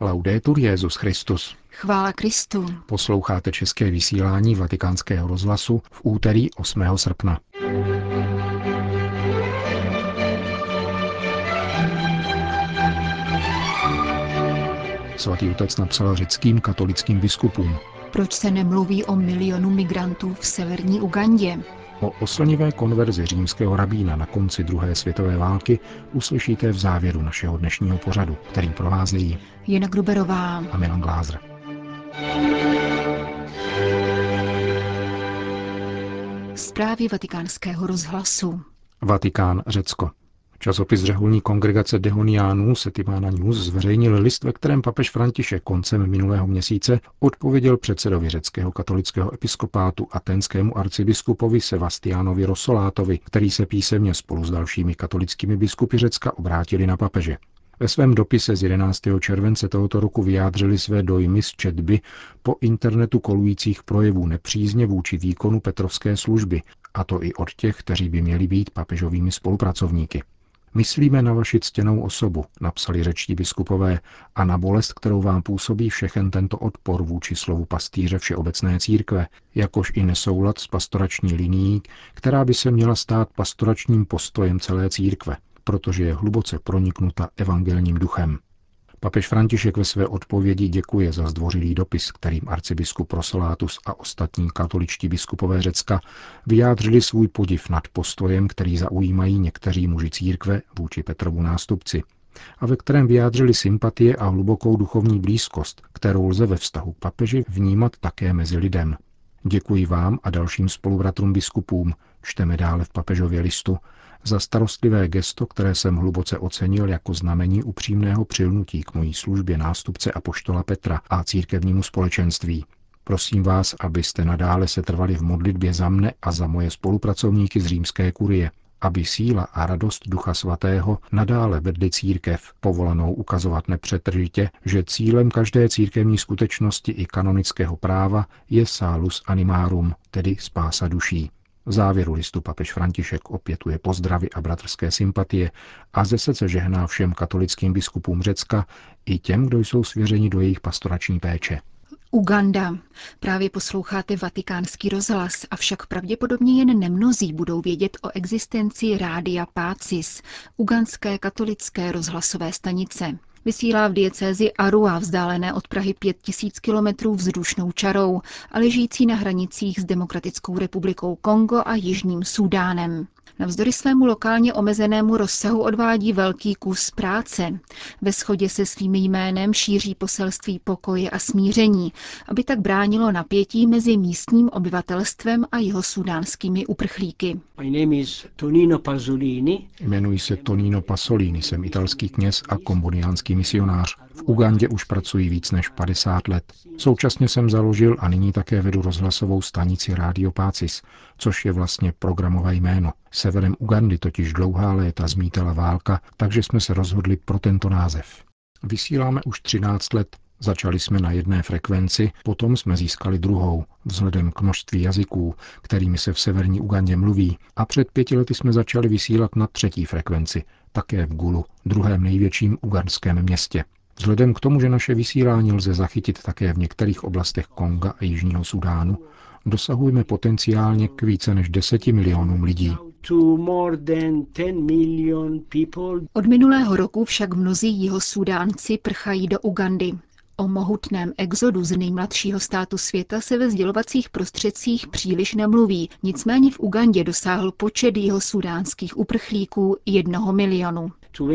Laudetur Jesus Christus. Chvála Kristu. Posloucháte české vysílání Vatikánského rozhlasu v úterý 8. srpna. Svatý otec napsal řeckým katolickým biskupům. Proč se nemluví o milionu migrantů v severní Ugandě? O oslnivé konverzi římského rabína na konci druhé světové války uslyšíte v závěru našeho dnešního pořadu, který provázejí Jana Gruberová a Milan Glázer. Zprávy Vatikánského rozhlasu. Vatikán, Řecko. Časopis řeholní kongregace Dehoniánů Settimana News zveřejnil list, ve kterém papež František koncem minulého měsíce odpověděl předsedovi řeckého katolického episkopátu atenskému arcibiskupovi Sebastianovi Rossolátovi, který se písemně spolu s dalšími katolickými biskupy Řecka obrátili na papeže. Ve svém dopise z 11. července tohoto roku vyjádřili své dojmy z četby po internetu kolujících projevů nepřízně vůči výkonu Petrovské služby, a to i od těch, kteří by měli být papežovými spolupracovníky. Myslíme na vaši ctěnou osobu, napsali řečtí biskupové, a na bolest, kterou vám působí všechen tento odpor vůči slovu pastýře Všeobecné církve, jakož i nesoulad s pastorační linií, která by se měla stát pastoračním postojem celé církve, protože je hluboce proniknuta evangelním duchem. Papež František ve své odpovědi děkuje za zdvořilý dopis, kterým arcibiskup Rossolátus a ostatní katoličtí biskupové Řecka vyjádřili svůj podiv nad postojem, který zaujímají někteří muži církve vůči Petrovu nástupci, a ve kterém vyjádřili sympatie a hlubokou duchovní blízkost, kterou lze ve vztahu k papeži vnímat také mezi lidem. Děkuji vám a dalším spolubratrům biskupům, čteme dále v papežově listu, za starostlivé gesto, které jsem hluboce ocenil jako znamení upřímného přilnutí k mojí službě nástupce apoštola Petra a církevnímu společenství. Prosím vás, abyste nadále setrvali v modlitbě za mne a za moje spolupracovníky z římské kurie, aby síla a radost Ducha Svatého nadále vedly církev, povolanou ukazovat nepřetržitě, že cílem každé církevní skutečnosti i kanonického práva je salus animarum, tedy spása duší. V závěru listu papež František opětuje pozdravy a bratrské sympatie a ze srdce žehná všem katolickým biskupům Řecka i těm, kdo jsou svěřeni do jejich pastorační péče. Uganda. Právě posloucháte Vatikánský rozhlas, avšak pravděpodobně jen nemnozí budou vědět o existenci Rádia Pácis, ugandské katolické rozhlasové stanice. Vysílá v diecézi Arua, vzdálené od Prahy 5000 kilometrů vzdušnou čarou a ležící na hranicích s Demokratickou republikou Kongo a Jižním Súdánem. Navzdory svému lokálně omezenému rozsahu odvádí velký kus práce. Ve shodě se svým jménem šíří poselství pokoje a smíření, aby tak bránilo napětí mezi místním obyvatelstvem a jihosudánskými uprchlíky. Jmenuji se Tonino Pasolini, jsem italský kněz a komboniánský misionář. V Ugandě už pracuji víc než 50 let. Současně jsem založil a nyní také vedu rozhlasovou stanici Radio Pácis, což je vlastně programové jméno. Severem Ugandy totiž dlouhá léta zmítala válka, takže jsme se rozhodli pro tento název. Vysíláme už 13 let. Začali jsme na jedné frekvenci, potom jsme získali druhou, vzhledem k množství jazyků, kterými se v severní Ugandě mluví, a před 5 lety jsme začali vysílat na třetí frekvenci, také v Gulu, druhém největším ugandském městě. Vzhledem k tomu, že naše vysílání lze zachytit také v některých oblastech Konga a Jižního Súdánu, dosahujeme potenciálně k více než 10 milionům lidí. Od minulého roku však mnozí Jihosúdánci prchají do Ugandy. O mohutném exodu z nejmladšího státu světa se ve sdělovacích prostředcích příliš nemluví, nicméně v Ugandě dosáhl počet jihosúdánských uprchlíků 1 milionu.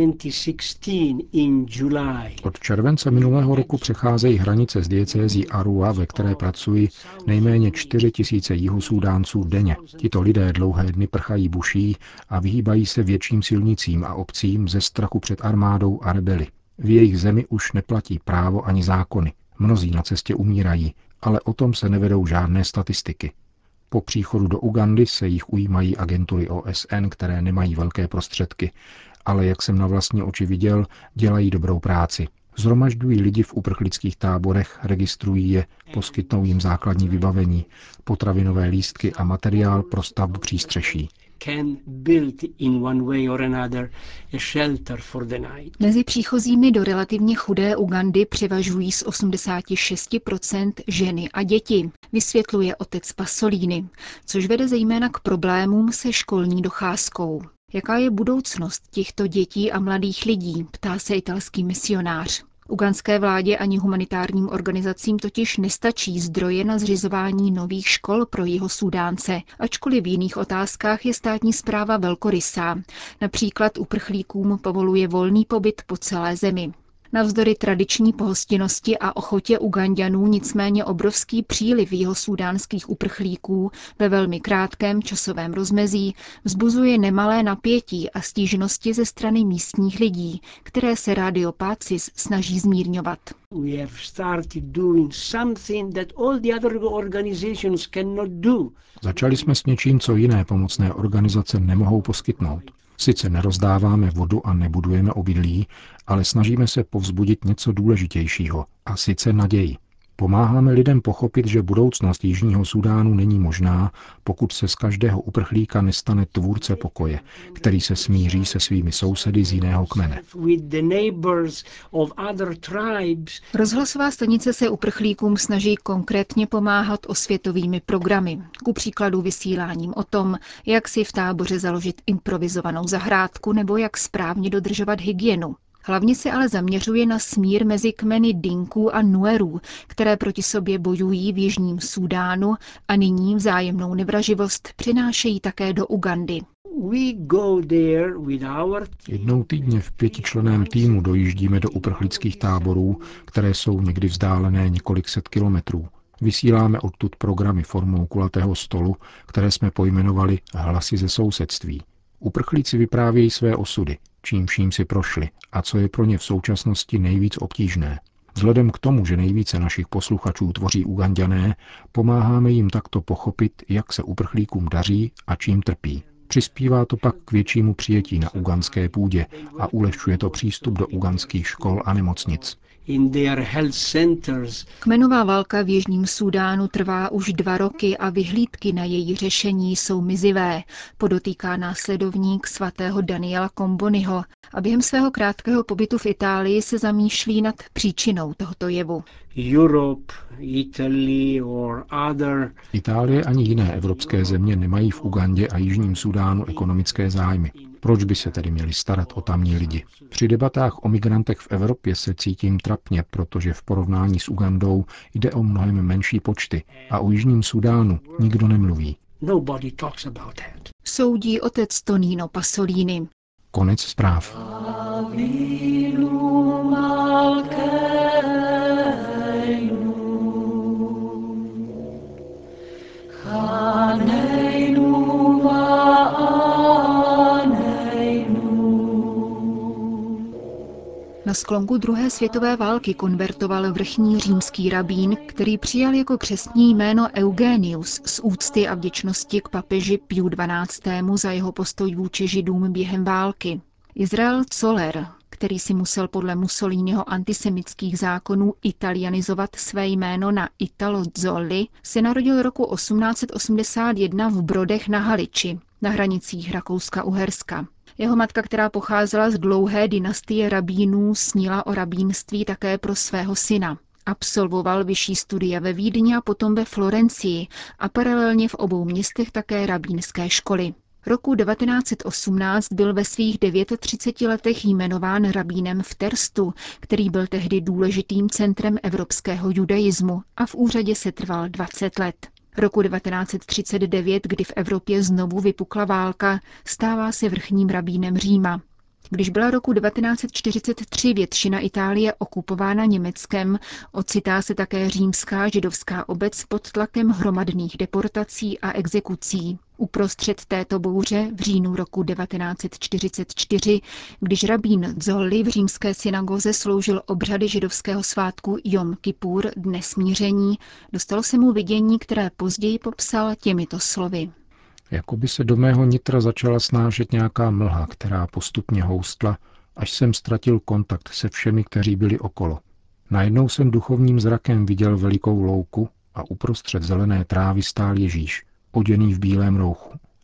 Od července minulého roku přecházejí hranice z diecézí Arua, ve které pracují, nejméně 4 000 Jihosúdánců denně. Tito lidé dlouhé dny prchají buší a vyhýbají se větším silnicím a obcím ze strachu před armádou a rebeli. V jejich zemi už neplatí právo ani zákony. Mnozí na cestě umírají, ale o tom se nevedou žádné statistiky. Po příchodu do Ugandy se jich ujímají agentury OSN, které nemají velké prostředky, ale jak jsem na vlastní oči viděl, dělají dobrou práci. Shromažďují lidi v uprchlických táborech, registrují je, poskytnou jim základní vybavení, potravinové lístky a materiál pro stavbu přístřeší. Mezi příchozími do relativně chudé Ugandy převažují z 86% ženy a děti, vysvětluje otec Pasolini, což vede zejména k problémům se školní docházkou. Jaká je budoucnost těchto dětí a mladých lidí, ptá se italský misionář. Ugandské vládě ani humanitárním organizacím totiž nestačí zdroje na zřizování nových škol pro Jihosúdánce, ačkoliv v jiných otázkách je státní správa velkorysá. Například uprchlíkům povoluje volný pobyt po celé zemi. Navzdory tradiční pohostinnosti a ochotě Uganďanů nicméně obrovský příliv jihosúdánských uprchlíků ve velmi krátkém časovém rozmezí vzbuzuje nemalé napětí a stížnosti ze strany místních lidí, které se Radio Pacis snaží zmírňovat. Začali jsme s něčím, co jiné pomocné organizace nemohou poskytnout. Sice nerozdáváme vodu a nebudujeme obydlí, ale snažíme se povzbudit něco důležitějšího, a sice naději. Pomáháme lidem pochopit, že budoucnost Jižního Súdánu není možná, pokud se z každého uprchlíka nestane tvůrce pokoje, který se smíří se svými sousedy z jiného kmene. Rozhlasová stanice se uprchlíkům snaží konkrétně pomáhat osvětovými programy, ku příkladu vysíláním o tom, jak si v táboře založit improvizovanou zahrádku nebo jak správně dodržovat hygienu. Hlavně se ale zaměřuje na smír mezi kmeny Dinků a Nuerů, které proti sobě bojují v Jižním Súdánu a nyní vzájemnou nevraživost přinášejí také do Ugandy. Jednou týdně v 5členném týmu dojíždíme do uprchlických táborů, které jsou někdy vzdálené několik set kilometrů. Vysíláme odtud programy formou kulatého stolu, které jsme pojmenovali Hlasy ze sousedství. Uprchlíci vyprávějí své osudy, čím vším si prošli a co je pro ně v současnosti nejvíc obtížné. Vzhledem k tomu, že nejvíce našich posluchačů tvoří Uganďané, pomáháme jim takto pochopit, jak se uprchlíkům daří a čím trpí. Přispívá to pak k většímu přijetí na ugandské půdě a ulehčuje to přístup do ugandských škol a nemocnic. Kmenová válka v Jižním Súdánu trvá už 2 roky a vyhlídky na její řešení jsou mizivé, podotýká následovník svatého Daniela Kombonyho a během svého krátkého pobytu v Itálii se zamýšlí nad příčinou tohoto jevu. Itálie ani jiné evropské země nemají v Ugandě a Jižním Súdánu ekonomické zájmy. Proč by se tedy měli starat o tamní lidi? Při debatách o migrantech v Evropě se cítím trapně, protože v porovnání s Ugandou jde o mnohem menší počty a o Jižním Súdánu nikdo nemluví. Soudí otec Tonino Pasolini. Konec zpráv. Na sklonku druhé světové války konvertoval vrchní římský rabín, který přijal jako křestní jméno Eugenius z úcty a vděčnosti k papeži Piu XII. Za jeho postoj vůči Židům během války. Israel Zoller, který si musel podle Mussoliniho antisemitských zákonů italianizovat své jméno na Italo Zolli, se narodil roku 1881 v Brodech na Haliči, na hranicích Rakouska-Uherska. Jeho matka, která pocházela z dlouhé dynastie rabínů, snila o rabínství také pro svého syna. Absolvoval vyšší studia ve Vídni a potom ve Florencii a paralelně v obou městech také rabínské školy. Roku 1918 byl ve svých 39 letech jmenován rabínem v Terstu, který byl tehdy důležitým centrem evropského judaismu, a v úřadě setrval 20 let. Roku 1939, kdy v Evropě znovu vypukla válka, stává se vrchním rabínem Říma. Když byla roku 1943 většina Itálie okupována Německem, ocitá se také římská židovská obec pod tlakem hromadných deportací a exekucí. Uprostřed této bouře v říjnu roku 1944, když rabín Zolli v římské synagoze sloužil obřady židovského svátku Jom Kipur, dne smíření, dostalo se mu vidění, které později popsal těmito slovy. Jakoby se do mého nitra začala snášet nějaká mlha, která postupně houstla, až jsem ztratil kontakt se všemi, kteří byli okolo. Najednou jsem duchovním zrakem viděl velikou louku a uprostřed zelené trávy stál Ježíš, oděný v bílém rouchu.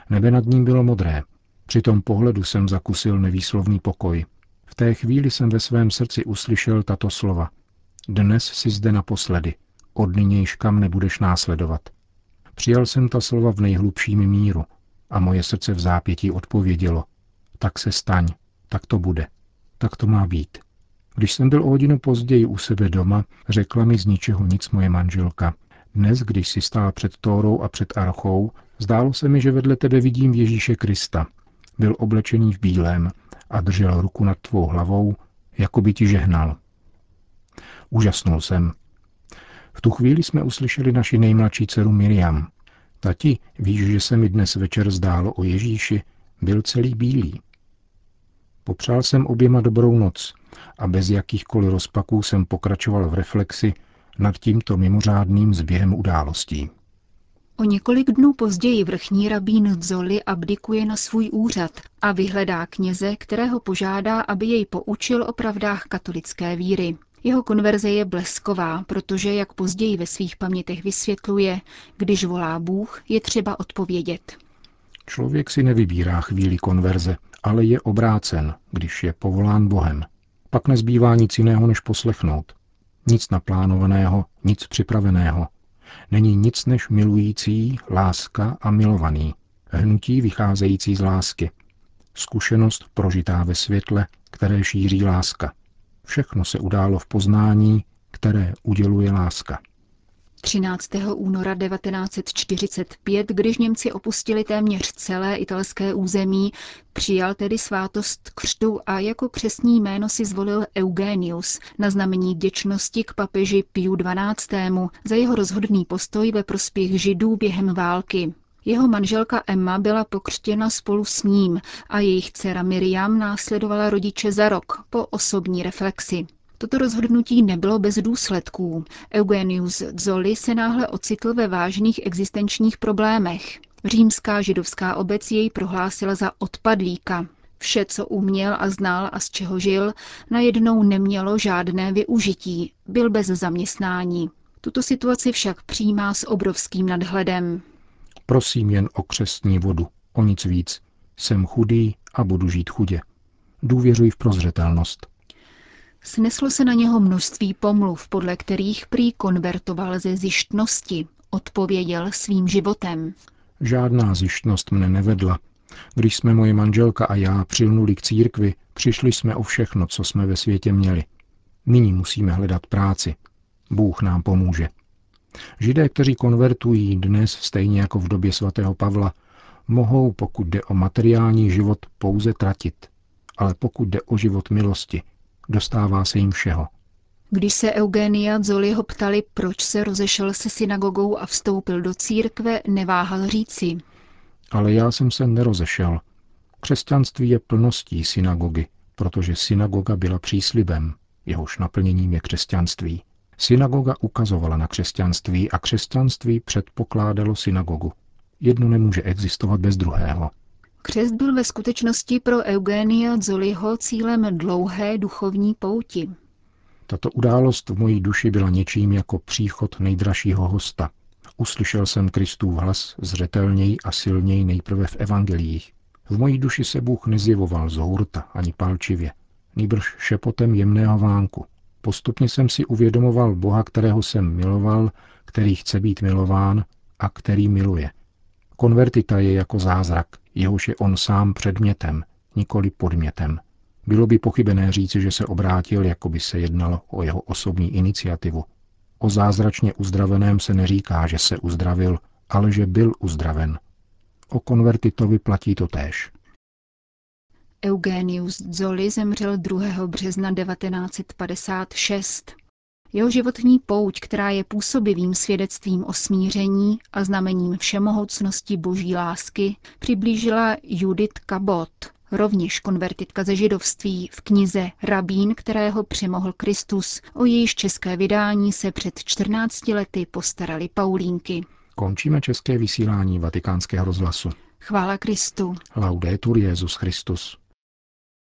Nebe nad ním bylo modré. Při tom pohledu jsem zakusil nevýslovný pokoj. V té chvíli jsem ve svém srdci uslyšel tato slova. Dnes jsi zde naposledy. Od nynějška mne budeš následovat. Přijal jsem ta slova v nejhlubším míru a moje srdce v zápětí odpovědělo. Tak se staň, tak to bude, tak to má být. Když jsem byl o hodinu později u sebe doma, řekla mi z ničeho nic moje manželka. Dnes, když si stál před Tórou a před archou, zdálo se mi, že vedle tebe vidím Ježíše Krista. Byl oblečený v bílém a držel ruku nad tvou hlavou, jako by ti žehnal. Úžasnul jsem. V tu chvíli jsme uslyšeli naši nejmladší dceru Miriam. Tati, víš, že se mi dnes večer zdálo o Ježíši, byl celý bílý. Popřál jsem oběma dobrou noc a bez jakýchkoliv rozpaků jsem pokračoval v reflexi nad tímto mimořádným zběhem událostí. O několik dnů později vrchní rabín Zoli abdikuje na svůj úřad a vyhledá kněze, kterého požádá, aby jej poučil o pravdách katolické víry. Jeho konverze je blesková, protože, jak později ve svých pamětech vysvětluje, když volá Bůh, je třeba odpovědět. Člověk si nevybírá chvíli konverze, ale je obrácen, když je povolán Bohem. Pak nezbývá nic jiného, než poslechnout. Nic naplánovaného, nic připraveného. Není nic než milující, láska a milovaný. Hnutí vycházející z lásky. Zkušenost prožitá ve světle, které šíří láska. Všechno se událo v poznání, které uděluje láska. 13. února 1945, když Němci opustili téměř celé italské území, přijal tedy svátost křtu a jako křestní jméno si zvolil Eugenius na znamení vděčnosti k papeži Piu XII. Za jeho rozhodný postoj ve prospěch Židů během války. Jeho manželka Emma byla pokřtěna spolu s ním a jejich dcera Miriam následovala rodiče za rok po osobní reflexi. Toto rozhodnutí nebylo bez důsledků. Eugenius Zoli se náhle ocitl ve vážných existenčních problémech. Římská židovská obec jej prohlásila za odpadlíka. Vše, co uměl a znal a z čeho žil, najednou nemělo žádné využití. Byl bez zaměstnání. Tuto situaci však přijímá s obrovským nadhledem. Prosím jen o křestní vodu, o nic víc. Jsem chudý a budu žít chudě. Důvěřuj v prozřetelnost. Sneslo se na něho množství pomluv, podle kterých prý konvertoval ze zištnosti, odpověděl svým životem. Žádná zištnost mne nevedla. Když jsme moje manželka a já přilnuli k církvi, přišli jsme o všechno, co jsme ve světě měli. Nyní musíme hledat práci. Bůh nám pomůže. Židé, kteří konvertují dnes stejně jako v době svatého Pavla, mohou, pokud jde o materiální život, pouze tratit. Ale pokud jde o život milosti, dostává se jim všeho. Když se Eugenia Zoliho ptali, proč se rozešel se synagogou a vstoupil do církve, neváhal říci. Ale já jsem se nerozešel. Křesťanství je plností synagogy, protože synagoga byla příslibem, jehož naplněním je křesťanství. Synagoga ukazovala na křesťanství a křesťanství předpokládalo synagogu. Jedno nemůže existovat bez druhého. Křest byl ve skutečnosti pro Eugenia Zoliho cílem dlouhé duchovní pouti. Tato událost v mojí duši byla něčím jako příchod nejdražšího hosta. Uslyšel jsem Kristův hlas zřetelněji a silněji nejprve v evangelích. V mojí duši se Bůh nezjevoval z hurta ani palčivě, nýbrž šepotem jemného vánku. Postupně jsem si uvědomoval Boha, kterého jsem miloval, který chce být milován a který miluje. Konvertita je jako zázrak, jehož je on sám předmětem, nikoli podmětem. Bylo by pochybené říci, že se obrátil, jako by se jednalo o jeho osobní iniciativu. O zázračně uzdraveném se neříká, že se uzdravil, ale že byl uzdraven. O konvertitovi platí totéž. Eugenius Zoli zemřel 2. března 1956. Jeho životní pouť, která je působivým svědectvím o smíření a znamením všemohoucnosti boží lásky, přiblížila Judith Cabot, rovněž konvertitka ze židovství, v knize Rabín, kterého přemohl Kristus. O jejíž české vydání se před 14 lety postarali Paulínky. Končíme české vysílání Vatikánského rozhlasu. Chvála Kristu. Laudetur Jesus Christus.